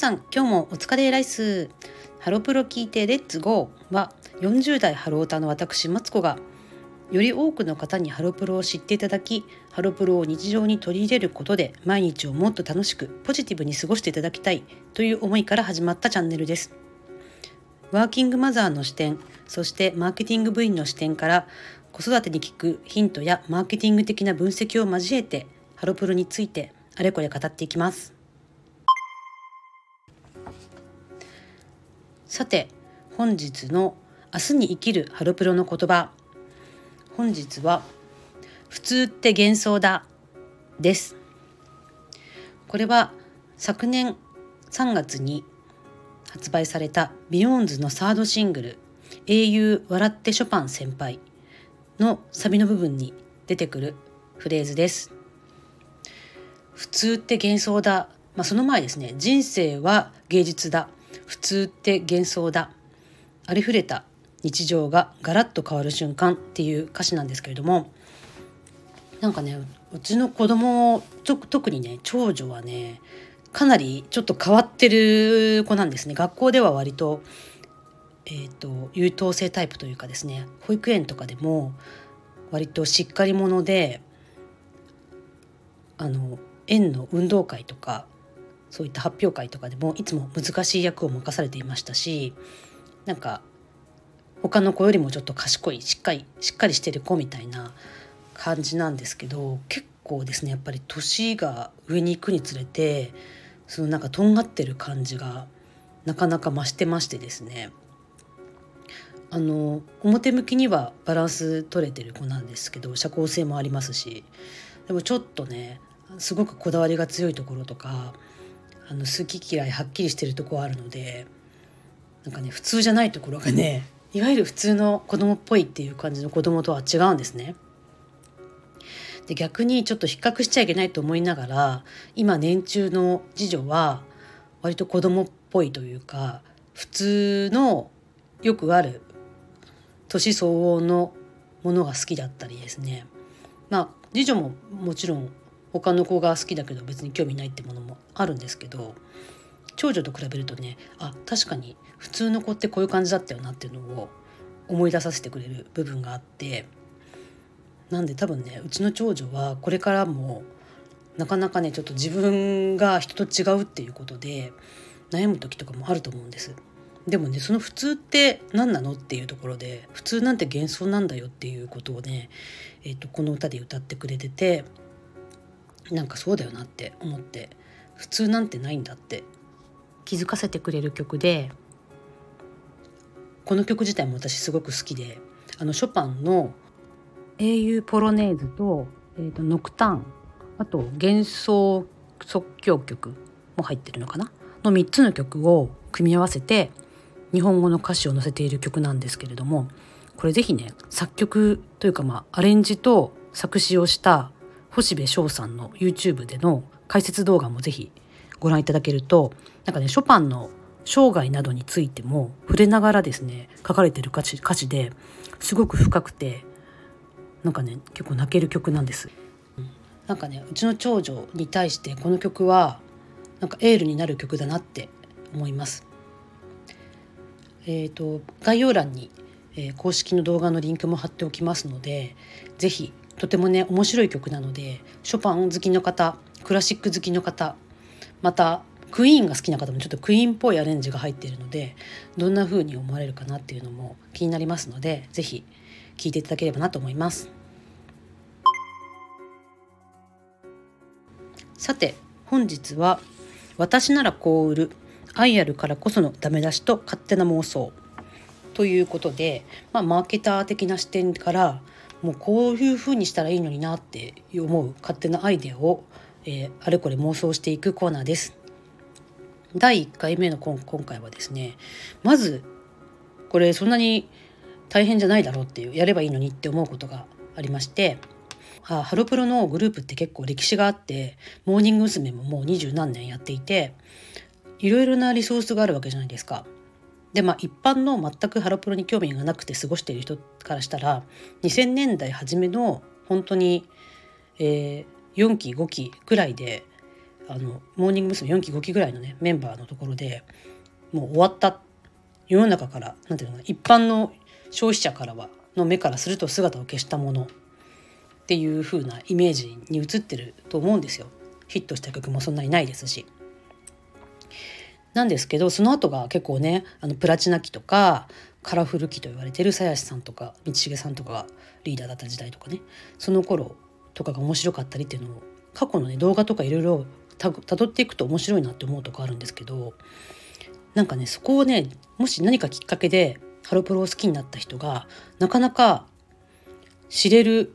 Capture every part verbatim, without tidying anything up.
さん、今日もお疲れライス。ハロプロ聞いてレッツゴーはよんじゅう代ハロータの私マツコがより多くの方にハロプロを知っていただき、ハロプロを日常に取り入れることで毎日をもっと楽しくポジティブに過ごしていただきたいという思いから始まったチャンネルです。ワーキングマザーの視点、そしてマーケティング部員の視点から子育てに効くヒントやマーケティング的な分析を交えてハロプロについてあれこれ語っていきます。さて、本日の明日に生きるハロプロの言葉、本日は普通って幻想だです。これは昨年さんがつに発売されたビヨーンズのサードシングル英雄笑ってショパン先輩のサビの部分に出てくるフレーズです。普通って幻想だ、まあ、その前ですね、人生は芸術だ、普通って幻想だ、ありふれた日常がガラッと変わる瞬間っていう歌詞なんですけれども、なんかね、うちの子供と特にね、長女はねかなりちょっと変わってる子なんですね。学校では割と、えーと、優等生タイプというかですね、保育園とかでも割としっかり者で、あの園の運動会とかそういった発表会とかでもいつも難しい役を任されていましたし、なんか他の子よりもちょっと賢いしっかりしっかりしてる子みたいな感じなんですけど、結構ですね、やっぱり年が上に行くにつれてそのなんかとんがってる感じがなかなか増してましてですね、あの表向きにはバランス取れてる子なんですけど、社交性もありますし、でもちょっとねすごくこだわりが強いところとか、あの好き嫌いはっきりしてるところあるので、なんかね普通じゃないところがね、いわゆる普通の子供っぽいっていう感じの子供とは違うんですね。で、逆にちょっと比較しちゃいけないと思いながら、今年中の次女は割と子供っぽいというか、普通のよくある年相応のものが好きだったりですね、まあ次女ももちろん他の子が好きだけど別に興味ないってものもあるんですけど、長女と比べるとね、あ、確かに普通の子ってこういう感じだったよなっていうのを思い出させてくれる部分があって、なんで多分ね、うちの長女はこれからもなかなかねちょっと自分が人と違うっていうことで悩む時とかもあると思うんです。でもね、その普通って何なのっていうところで、普通なんて幻想なんだよっていうことをね、えーと、この歌で歌ってくれてて、なんかそうだよなって思って、普通なんてないんだって気づかせてくれる曲で、この曲自体も私すごく好きで、あのショパンの英雄ポロネーズと、えーとノクターン、あと幻想即興曲も入ってるのかなのみっつの曲を組み合わせて日本語の歌詞を載せている曲なんですけれども、これぜひね、作曲というか、まあアレンジと作詞をした星部翔さんの YouTube での解説動画もぜひご覧いただけると、なんかね、ショパンの生涯などについても触れながらですね書かれている歌詞、歌詞ですごく深くて、なんかね結構泣ける曲なんです。なんかね、うちの長女に対してこの曲はなんかエールになる曲だなって思います。えーと、概要欄に、えー公式の動画のリンクも貼っておきますので、ぜひ、とてもね面白い曲なので、ショパン好きの方、クラシック好きの方、またクイーンが好きな方もちょっとクイーンっぽいアレンジが入っているので、どんな風に思われるかなっていうのも気になりますので、ぜひ聴いていただければなと思います。さて、本日は私ならこう売る、愛あるからこそのダメ出しと勝手な妄想ということで、まあ、マーケター的な視点からもうこういう風にしたらいいのになって思う勝手なアイデアを、えー、あれこれ妄想していくコーナーです。だいいっかいめの今回はですね、まずこれそんなに大変じゃないだろうっていう、やればいいのにって思うことがありまして、あハロプロのグループって結構歴史があって、モーニング娘。ももう二十何年やっていて、いろいろなリソースがあるわけじゃないですか。で、まあ一般の全くハロプロに興味がなくて過ごしている人からしたら、にせんねんだい初めの本当に、えー、よんきごきくらいであのモーニング娘。よんきごきぐらいのねメンバーのところでもう終わった、世の中からなんていうのかな、一般の消費者からはの目からすると姿を消したものっていう風なイメージに映ってると思うんですよ。ヒットした曲もそんなにないですし。なんですけど、その後が結構ね、あのプラチナ期とかカラフル期と言われてる鞘師さんとか道重さんとかがリーダーだった時代とかね、その頃とかが面白かったりっていうのを過去のね動画とかいろいろたどっていくと面白いなって思うとこあるんですけど、なんかねそこをね、もし何かきっかけでハロプロを好きになった人がなかなか知れる、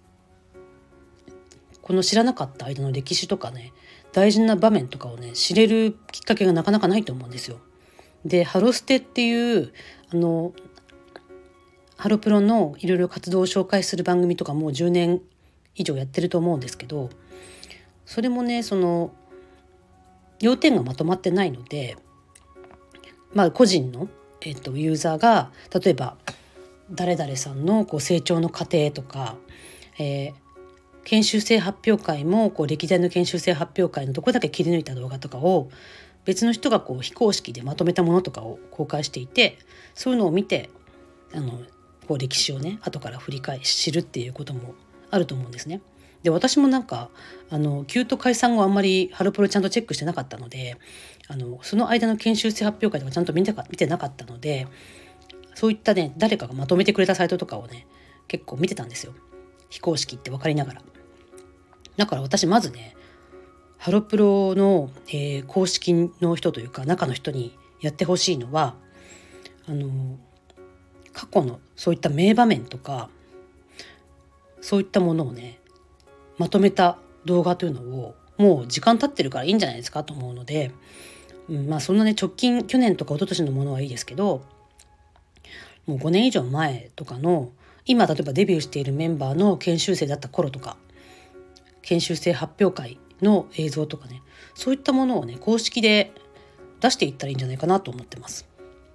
この知らなかった間の歴史とかね、大事な場面とかをね知れるきっかけがなかなかないと思うんですよ。でハロステっていうあのハロプロのいろいろ活動を紹介する番組とかもうじゅうねん以上やってると思うんですけど、それもねその要点がまとまってないので、まあ個人の、えーと、ユーザーが例えば誰々さんのこう成長の過程とか、えー研修生発表会もこう歴代の研修生発表会のとこだけ切り抜いた動画とかを別の人がこう非公式でまとめたものとかを公開していて、そういうのを見てあのこう歴史をね後から振り返し知るっていうこともあると思うんですね。で私もなんかあのキュート解散後あんまりハロプロちゃんとチェックしてなかったので、あのその間の研修生発表会とかちゃんと見てか見てなかったので、そういったね誰かがまとめてくれたサイトとかをね結構見てたんですよ、非公式って分かりながら。だから私まずねハロプロの、えー公式の人というか中の人にやってほしいのは、あの過去のそういった名場面とかそういったものをねまとめた動画というのをもう時間経ってるからいいんじゃないですかと思うので、うん、まあそんなね直近去年とか一昨年のものはいいですけど、もうごねん以上前とかの今例えばデビューしているメンバーの研修生だった頃とか研修生発表会の映像とかね、そういったものをね公式で出していったらいいんじゃないかなと思ってます。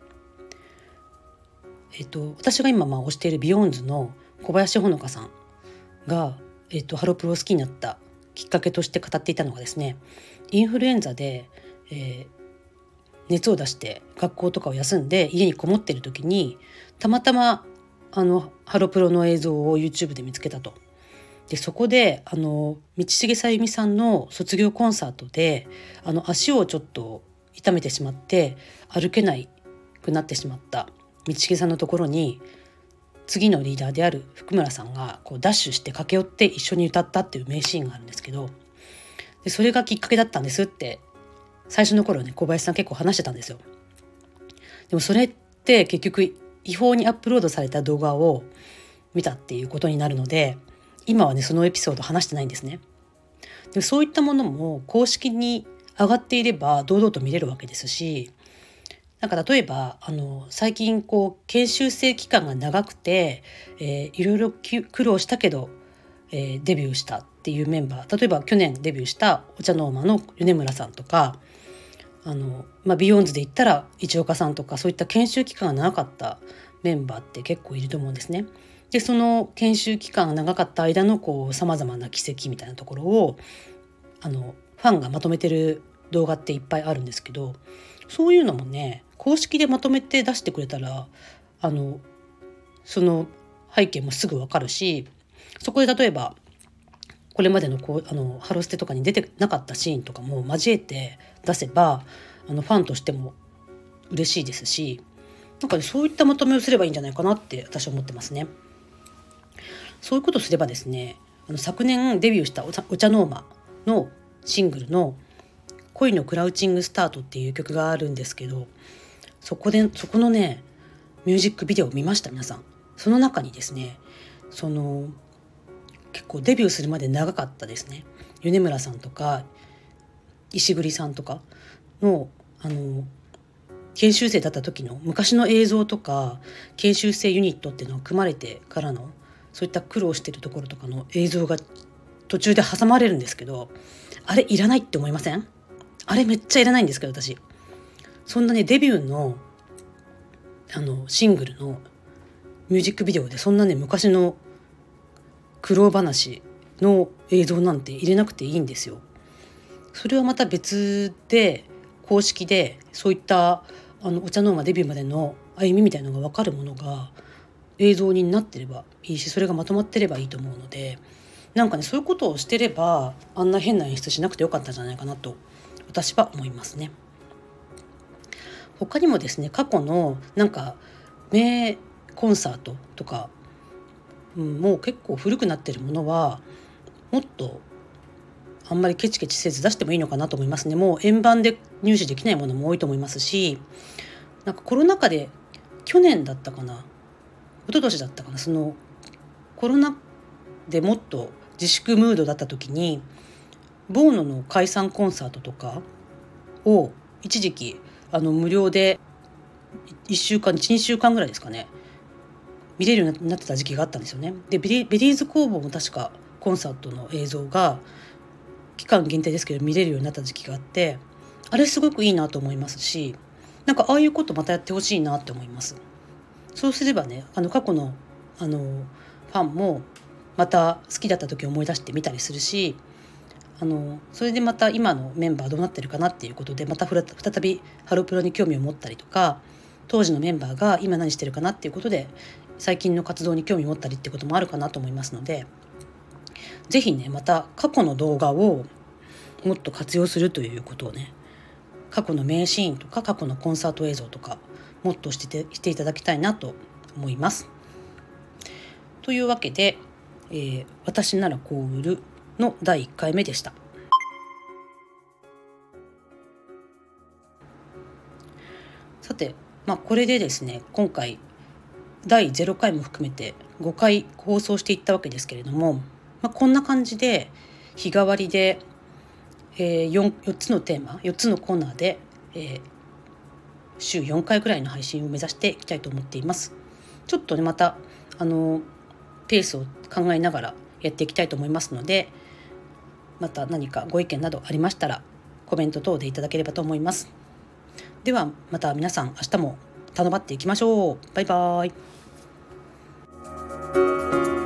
えっと私が今まあ推しているビヨーンズの小林ほのかさんが、えっと、ハロプロを好きになったきっかけとして語っていたのがですね、インフルエンザで、えー熱を出して学校とかを休んで家にこもっている時にたまたまあのハロプロの映像を YouTube で見つけたと。でそこであの道重さゆみさんの卒業コンサートであの足をちょっと痛めてしまって歩けないくなってしまった道重さんのところに次のリーダーである福村さんがこうダッシュして駆け寄って一緒に歌ったっていう名シーンがあるんですけど、でそれがきっかけだったんですって最初の頃ね小林さん結構話してたんですよ。でもそれって結局違法にアップロードされた動画を見たっていうことになるので、今はねそのエピソード話してないんですね。でそういったものも公式に上がっていれば堂々と見れるわけですし、なんか例えばあの最近こう研修生期間が長くて、えー、いろいろ苦労したけど、えー、デビューしたっていうメンバー、例えば去年デビューしたお茶の間の米村さんとか、あの、まあ、ビヨーンズで言ったら市岡さんとか、そういった研修期間が長かったメンバーって結構いると思うんですね。でその研修期間が長かった間のこうさまざまな奇跡みたいなところをあのファンがまとめてる動画っていっぱいあるんですけど、そういうのもね公式でまとめて出してくれたらあのその背景もすぐわかるし、そこで例えばこれまでのこうあのハロステとかに出てなかったシーンとかも交えて出せばあのファンとしても嬉しいですし、なんか、ね、そういったまとめをすればいいんじゃないかなって私は思ってますね。そういうことをすればですね、あの昨年デビューしたお茶、お茶ノーマのシングルの恋のクラウチングスタートっていう曲があるんですけど、そこでそこのねミュージックビデオを見ました皆さん。その中にですね、その結構デビューするまで長かったですね米村さんとか石栗さんとかのあの研修生だった時の昔の映像とか、研修生ユニットっていうのを組まれてからのそういった苦労してるところとかの映像が途中で挟まれるんですけど、あれいらないって思いません？あれめっちゃいらないんですけど、私そんなねデビューのあのシングルのミュージックビデオでそんなね昔の苦労話の映像なんて入れなくていいんですよ。 それはまた別で公式でそういったあのお茶の間デビューまでの歩みみたいなのが分かるものが映像になってればいいし、それがまとまってればいいと思うので、なんかねそういうことをしてればあんな変な演出しなくてよかったんじゃないかなと私は思いますね。他にもですね、過去のなんか名コンサートとか、うん、もう結構古くなってるものはもっとあんまりケチケチせず出してもいいのかなと思いますね。もう円盤で入手できないものも多いと思いますし、なんかコロナ禍で去年だったかな一昨年だったかな、そのコロナでもっと自粛ムードだった時にボーノの解散コンサートとかを一時期あの無料でいっしゅうかんいち、にしゅうかんぐらいですかね見れるようになってた時期があったんですよね。でベリベリーズ工房も確かコンサートの映像が期間限定ですけど見れるようになった時期があって、あれすごくいいなと思いますし、なんかああいうことまたやってほしいなって思います。そうすればね、あの過去のあのファンもまた好きだった時を思い出してみたりするし、あのそれでまた今のメンバーどうなってるかなっていうことでまた再びハロプロに興味を持ったりとか、当時のメンバーが今何してるかなっていうことで最近の活動に興味を持ったりってこともあるかなと思いますので、ぜひねまた過去の動画をもっと活用するということをね、過去の名シーンとか過去のコンサート映像とかもっとしててしていただきたいなと思います。というわけで、えー、私ならこう売るのだいいっかいめでした。さて、まあ、これでですね今回だいゼロかいも含めてごかい放送していったわけですけれども、まあ、こんな感じで日替わりで、えー、4, よっつのテーマよっつのコーナーで、えー、週よんかいぐらいの配信を目指していきたいと思っています。ちょっとねまたあのペースを考えながらやっていきたいと思いますので、また何かご意見などありましたらコメント等でいただければと思います。ではまた皆さん明日も頼まっていきましょう。バイバイ。